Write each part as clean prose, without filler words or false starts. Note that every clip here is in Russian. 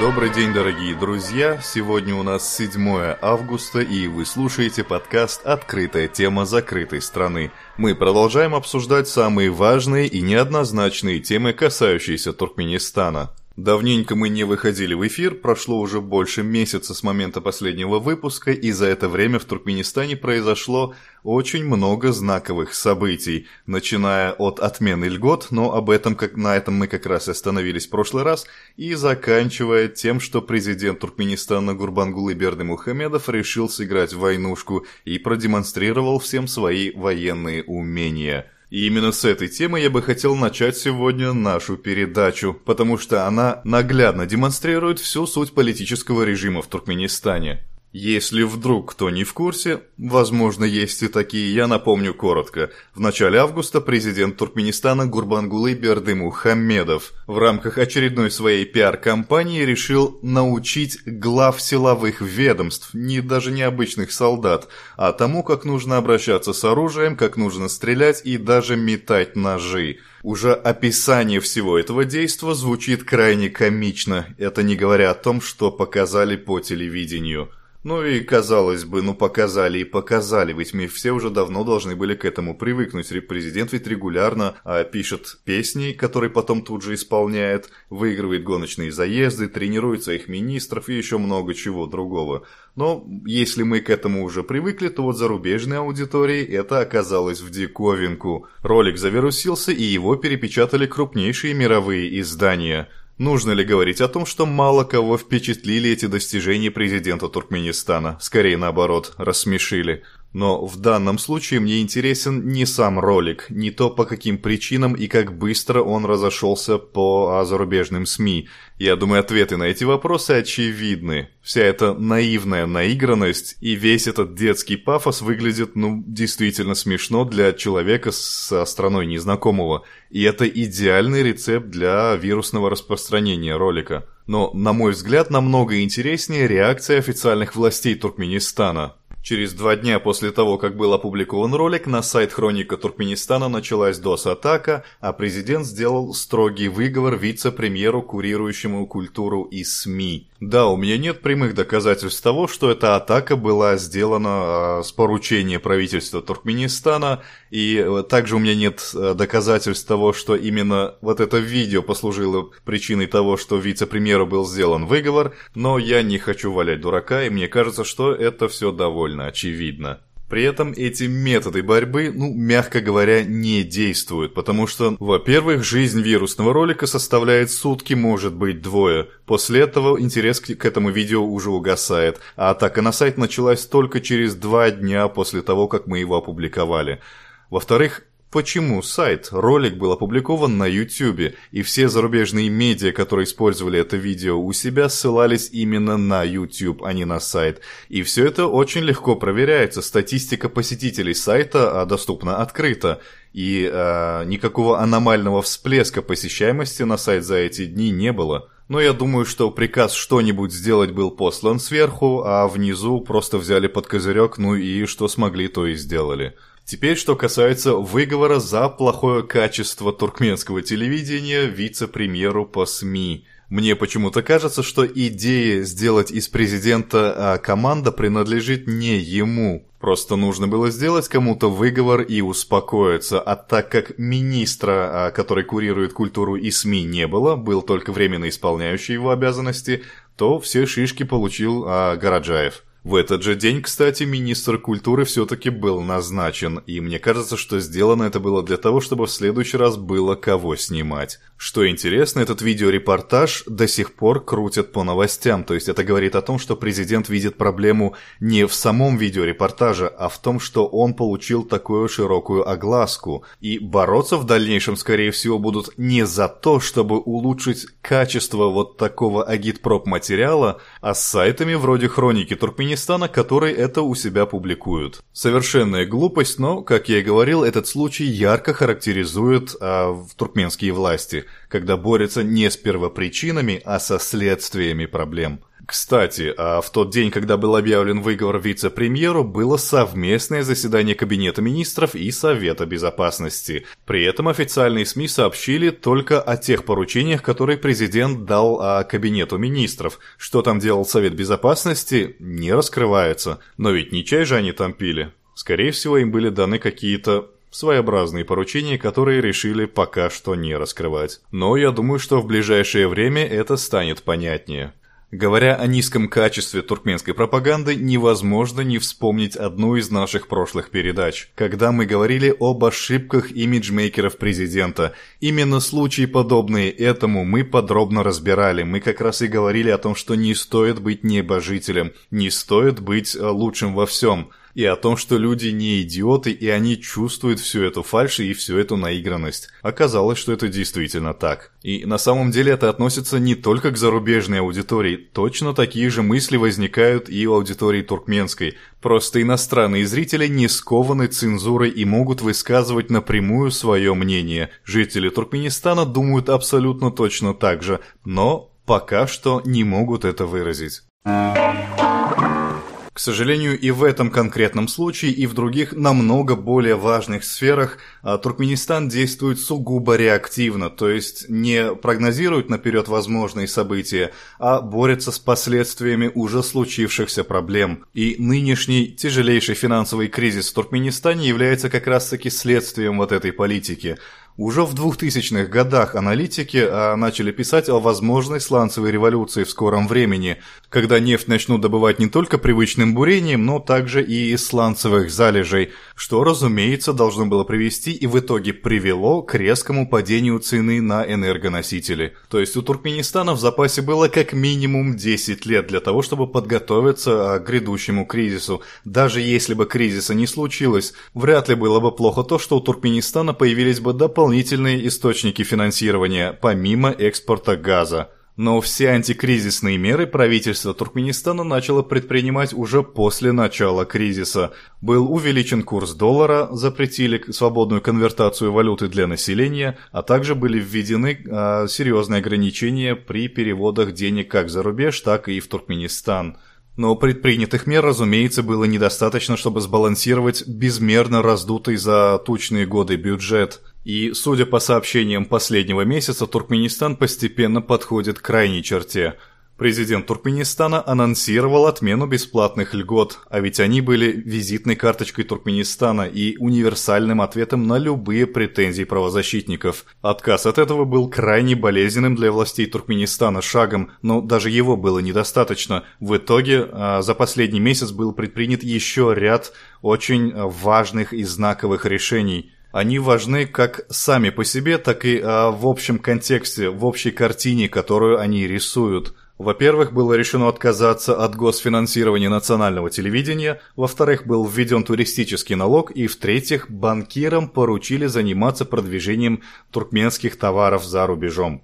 Добрый день, дорогие друзья! Сегодня у нас 7 августа, и вы слушаете подкаст «Открытая тема закрытой страны». Мы продолжаем обсуждать самые важные и неоднозначные темы, касающиеся Туркменистана. Давненько мы не выходили в эфир, прошло уже больше месяца с момента последнего выпуска, и за это время в Туркменистане произошло очень много знаковых событий, начиная от отмены льгот, но на этом мы как раз и остановились в прошлый раз, и заканчивая тем, что президент Туркменистана Гурбангулы Бердымухамедов решил сыграть в войнушку и продемонстрировал всем свои военные умения. И именно с этой темы я бы хотел начать сегодня нашу передачу, потому что она наглядно демонстрирует всю суть политического режима в Туркменистане. Если вдруг кто не в курсе, возможно, есть и такие, я напомню коротко. В начале августа президент Туркменистана Гурбангулы Бердымухамедов в рамках очередной своей пиар-кампании решил научить глав силовых ведомств, даже не обычных солдат, а тому, как нужно обращаться с оружием, как нужно стрелять и даже метать ножи. Уже описание всего этого действа звучит крайне комично, это не говоря о том, что показали по телевидению. Ну и, казалось бы, показали и показали, ведь мы все уже давно должны были к этому привыкнуть. Президент ведь регулярно пишет песни, которые потом тут же исполняет, выигрывает гоночные заезды, тренирует своих министров и еще много чего другого. Но если мы к этому уже привыкли, то вот зарубежной аудитории это оказалось в диковинку. Ролик завирусился, и его перепечатали крупнейшие мировые издания. Нужно ли говорить о том, что мало кого впечатлили эти достижения президента Туркменистана? Скорее наоборот, рассмешили. Но в данном случае мне интересен не сам ролик, не то по каким причинам и как быстро он разошелся по зарубежным СМИ. Я думаю, ответы на эти вопросы очевидны. Вся эта наивная наигранность и весь этот детский пафос выглядит, действительно смешно для человека со страной незнакомого. И это идеальный рецепт для вирусного распространения ролика. Но, на мой взгляд, намного интереснее реакция официальных властей Туркменистана. Через 2 дня после того, как был опубликован ролик, на сайт «Хроника Туркменистана» началась DOS-атака, а президент сделал строгий выговор вице-премьеру, курирующему культуру и СМИ. Да, у меня нет прямых доказательств того, что эта атака была сделана с поручения правительства Туркменистана, и также у меня нет доказательств того, что именно вот это видео послужило причиной того, что вице-премьеру был сделан выговор, но я не хочу валять дурака, и мне кажется, что это все довольно очевидно. При этом эти методы борьбы, мягко говоря, не действуют, потому что, во-первых, жизнь вирусного ролика составляет сутки, может быть 2. После этого интерес к этому видео уже угасает, а атака на сайт началась только через 2 дня после того, как мы его опубликовали. Во-вторых, почему сайт? Ролик был опубликован на YouTube, и все зарубежные медиа, которые использовали это видео у себя, ссылались именно на YouTube, а не на сайт. И все это очень легко проверяется. Статистика посетителей сайта доступна открыто. И никакого аномального всплеска посещаемости на сайт за эти дни не было. Но я думаю, что приказ что-нибудь сделать был послан сверху, а внизу просто взяли под козырек, и что смогли, то и сделали. Теперь, что касается выговора за плохое качество туркменского телевидения вице-премьеру по СМИ. Мне почему-то кажется, что идея сделать из президента команда принадлежит не ему. Просто нужно было сделать кому-то выговор и успокоиться, а так как министра, который курирует культуру и СМИ, не было, был только временно исполняющий его обязанности, то все шишки получил Гараджаев. В этот же день, кстати, министр культуры все-таки был назначен, и мне кажется, что сделано это было для того, чтобы в следующий раз было кого снимать. Что интересно, этот видеорепортаж до сих пор крутят по новостям, то есть это говорит о том, что президент видит проблему не в самом видеорепортаже, а в том, что он получил такую широкую огласку. И бороться в дальнейшем, скорее всего, будут не за то, чтобы улучшить качество вот такого агитпроп-материала, а с сайтами вроде «Хроники Туркменистана», которые это у себя публикуют. Совершенная глупость, но, как я и говорил, этот случай ярко характеризует туркменские власти, когда борются не с первопричинами, а со следствиями проблем. Кстати, а в тот день, когда был объявлен выговор вице-премьеру, было совместное заседание Кабинета министров и Совета безопасности. При этом официальные СМИ сообщили только о тех поручениях, которые президент дал Кабинету министров. Что там делал Совет безопасности, не раскрывается. Но ведь не чай же они там пили. Скорее всего, им были даны какие-то своеобразные поручения, которые решили пока что не раскрывать. Но я думаю, что в ближайшее время это станет понятнее. Говоря о низком качестве туркменской пропаганды, невозможно не вспомнить одну из наших прошлых передач, когда мы говорили об ошибках имиджмейкеров президента. Именно случаи, подобные этому, мы подробно разбирали. Мы как раз и говорили о том, что не стоит быть небожителем, не стоит быть лучшим во всем. И о том, что люди не идиоты, и они чувствуют всю эту фальшь и всю эту наигранность. Оказалось, что это действительно так. И на самом деле это относится не только к зарубежной аудитории. Точно такие же мысли возникают и у аудитории туркменской. Просто иностранные зрители не скованы цензурой и могут высказывать напрямую свое мнение. Жители Туркменистана думают абсолютно точно так же, но пока что не могут это выразить. К сожалению, и в этом конкретном случае, и в других намного более важных сферах Туркменистан действует сугубо реактивно, то есть не прогнозирует наперед возможные события, а борется с последствиями уже случившихся проблем. И нынешний тяжелейший финансовый кризис в Туркменистане является как раз-таки следствием вот этой политики. Уже в 2000-х годах аналитики начали писать о возможной сланцевой революции в скором времени, когда нефть начнут добывать не только привычным бурением, но также и из сланцевых залежей, что, разумеется, должно было привести и в итоге привело к резкому падению цены на энергоносители. То есть у Туркменистана в запасе было как минимум 10 лет для того, чтобы подготовиться к грядущему кризису. Даже если бы кризиса не случилось, вряд ли было бы плохо то, что у Туркменистана появились бы дополнительные источники финансирования, помимо экспорта газа. Но все антикризисные меры правительство Туркменистана начало предпринимать уже после начала кризиса. Был увеличен курс доллара, запретили свободную конвертацию валюты для населения, а также были введены серьезные ограничения при переводах денег как за рубеж, так и в Туркменистан. Но предпринятых мер, разумеется, было недостаточно, чтобы сбалансировать безмерно раздутый за тучные годы бюджет. И, судя по сообщениям последнего месяца, Туркменистан постепенно подходит к крайней черте. Президент Туркменистана анонсировал отмену бесплатных льгот, а ведь они были визитной карточкой Туркменистана и универсальным ответом на любые претензии правозащитников. Отказ от этого был крайне болезненным для властей Туркменистана шагом, но даже его было недостаточно. В итоге за последний месяц был предпринят еще ряд очень важных и знаковых решений. Они важны как сами по себе, так и в общем контексте, в общей картине, которую они рисуют. Во-первых, было решено отказаться от госфинансирования национального телевидения, во-вторых, был введен туристический налог, и в-третьих, банкирам поручили заниматься продвижением туркменских товаров за рубежом.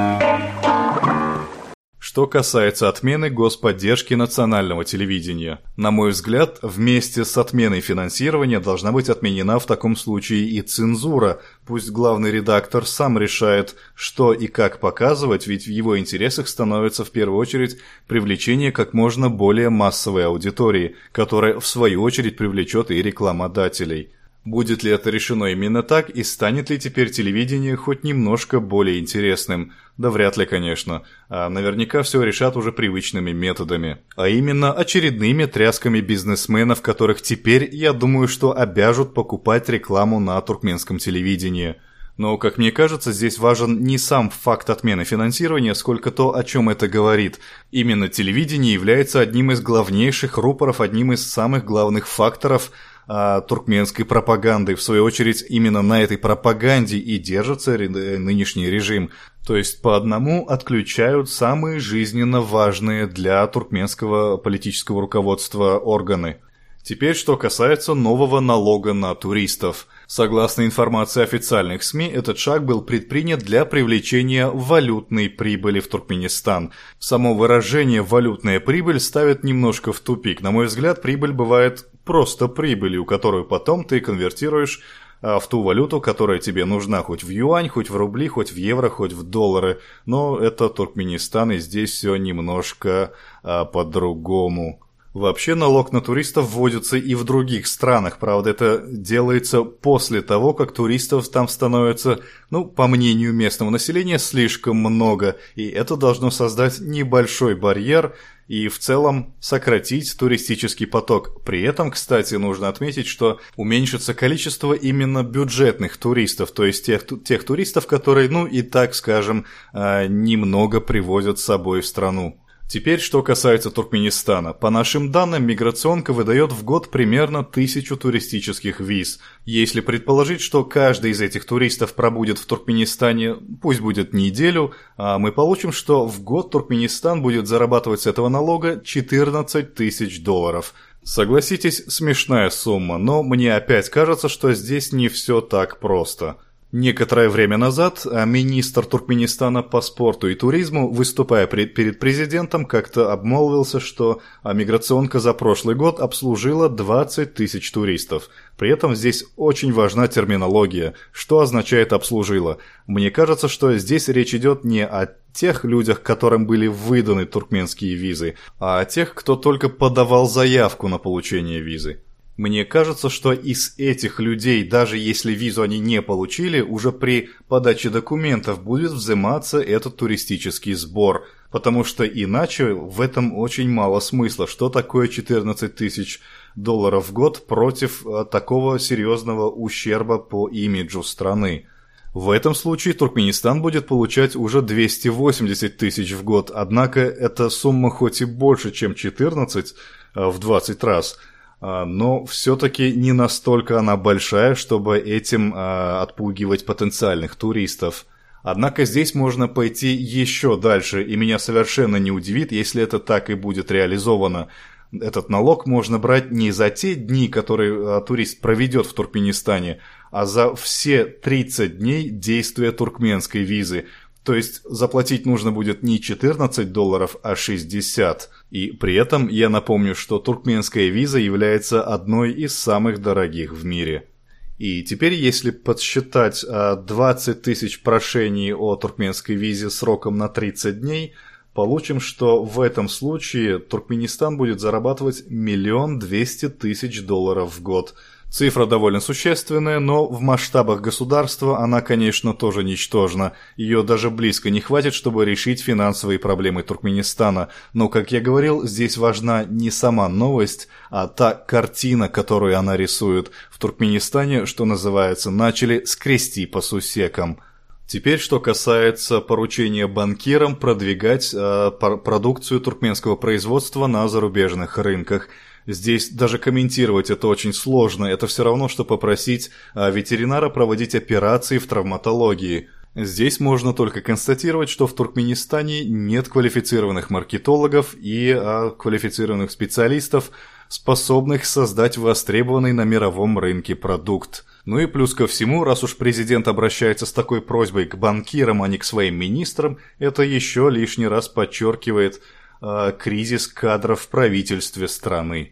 Что касается отмены господдержки национального телевидения, на мой взгляд, вместе с отменой финансирования должна быть отменена в таком случае и цензура. Пусть главный редактор сам решает, что и как показывать, ведь в его интересах становится в первую очередь привлечение как можно более массовой аудитории, которая в свою очередь привлечет и рекламодателей. Будет ли это решено именно так, и станет ли теперь телевидение хоть немножко более интересным? Да вряд ли, конечно. Наверняка все решат уже привычными методами. А именно очередными трясками бизнесменов, которых теперь, я думаю, что обяжут покупать рекламу на туркменском телевидении. Но, как мне кажется, здесь важен не сам факт отмены финансирования, сколько то, о чем это говорит. Именно телевидение является одним из главнейших рупоров, одним из самых главных факторов туркменской пропаганды. В свою очередь, именно на этой пропаганде и держится нынешний режим. То есть по одному отключают самые жизненно важные для туркменского политического руководства органы. Теперь, что касается нового налога на туристов. Согласно информации официальных СМИ, этот шаг был предпринят для привлечения валютной прибыли в Туркменистан. Само выражение «валютная прибыль» ставит немножко в тупик. На мой взгляд, прибыль бывает просто прибылью, которую потом ты конвертируешь в ту валюту, которая тебе нужна, хоть в юань, хоть в рубли, хоть в евро, хоть в доллары. Но это Туркменистан, и здесь все немножко по-другому. Вообще налог на туристов вводится и в других странах, правда, это делается после того, как туристов там становится, по мнению местного населения, слишком много, и это должно создать небольшой барьер и в целом сократить туристический поток. При этом, кстати, нужно отметить, что уменьшится количество именно бюджетных туристов, то есть тех туристов, которые, и так скажем, немного привозят с собой в страну. Теперь, что касается Туркменистана. По нашим данным, миграционка выдает в год примерно 1000 туристических виз. Если предположить, что каждый из этих туристов пробудет в Туркменистане, пусть будет неделю, мы получим, что в год Туркменистан будет зарабатывать с этого налога $14 тысяч. Согласитесь, смешная сумма, но мне опять кажется, что здесь не все так просто. Некоторое время назад министр Туркменистана по спорту и туризму, выступая перед президентом, как-то обмолвился, что миграционка за прошлый год обслужила 20 тысяч туристов. При этом здесь очень важна терминология. Что означает «обслужила»? Мне кажется, что здесь речь идет не о тех людях, которым были выданы туркменские визы, а о тех, кто только подавал заявку на получение визы. Мне кажется, что из этих людей, даже если визу они не получили, уже при подаче документов будет взиматься этот туристический сбор, потому что иначе в этом очень мало смысла. Что такое $14 тысяч в год против такого серьезного ущерба по имиджу страны? В этом случае Туркменистан будет получать уже 280 тысяч в год, однако эта сумма хоть и больше, чем 14 в 20 раз, но все-таки не настолько она большая, чтобы этим отпугивать потенциальных туристов. Однако здесь можно пойти еще дальше, и меня совершенно не удивит, если это так и будет реализовано. Этот налог можно брать не за те дни, которые турист проведет в Туркменистане, а за все 30 дней действия туркменской визы. То есть заплатить нужно будет не $14, а 60. И при этом я напомню, что туркменская виза является одной из самых дорогих в мире. И теперь, если подсчитать 20 тысяч прошений о туркменской визе сроком на 30 дней, получим, что в этом случае Туркменистан будет зарабатывать $1 200 000 в год. Цифра довольно существенная, но в масштабах государства она, конечно, тоже ничтожна. Ее даже близко не хватит, чтобы решить финансовые проблемы Туркменистана. Но, как я говорил, здесь важна не сама новость, а та картина, которую она рисует. В Туркменистане, что называется, начали скрести по сусекам. Теперь, что касается поручения банкирам продвигать продукцию туркменского производства на зарубежных рынках. Здесь даже комментировать это очень сложно. Это все равно, что попросить ветеринара проводить операции в травматологии. Здесь можно только констатировать, что в Туркменистане нет квалифицированных маркетологов и квалифицированных специалистов, способных создать востребованный на мировом рынке продукт. Ну и плюс ко всему, раз уж президент обращается с такой просьбой к банкирам, а не к своим министрам, это еще лишний раз подчеркивает кризис кадров в правительстве страны.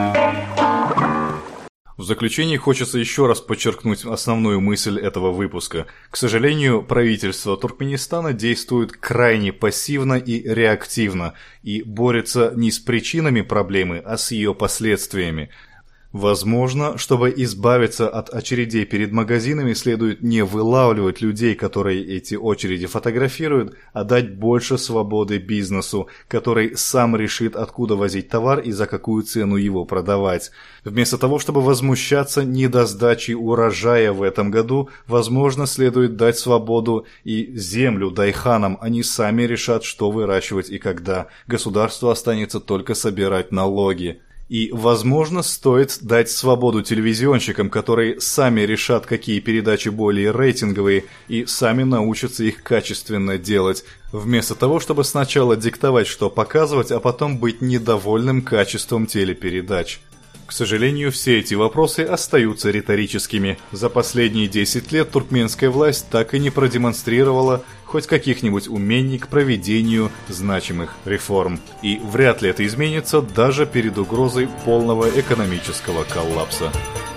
В заключение хочется еще раз подчеркнуть основную мысль этого выпуска. К сожалению, правительство Туркменистана действует крайне пассивно и реактивно и борется не с причинами проблемы, а с ее последствиями. Возможно, чтобы избавиться от очередей перед магазинами, следует не вылавливать людей, которые эти очереди фотографируют, а дать больше свободы бизнесу, который сам решит, откуда возить товар и за какую цену его продавать. Вместо того, чтобы возмущаться недосдачей урожая в этом году, возможно, следует дать свободу и землю дайханам, они сами решат, что выращивать и когда. Государство останется только собирать налоги. И, возможно, стоит дать свободу телевизионщикам, которые сами решат, какие передачи более рейтинговые, и сами научатся их качественно делать, вместо того, чтобы сначала диктовать, что показывать, а потом быть недовольным качеством телепередач. К сожалению, все эти вопросы остаются риторическими. За последние 10 лет туркменская власть так и не продемонстрировала хоть каких-нибудь умений к проведению значимых реформ. И вряд ли это изменится даже перед угрозой полного экономического коллапса.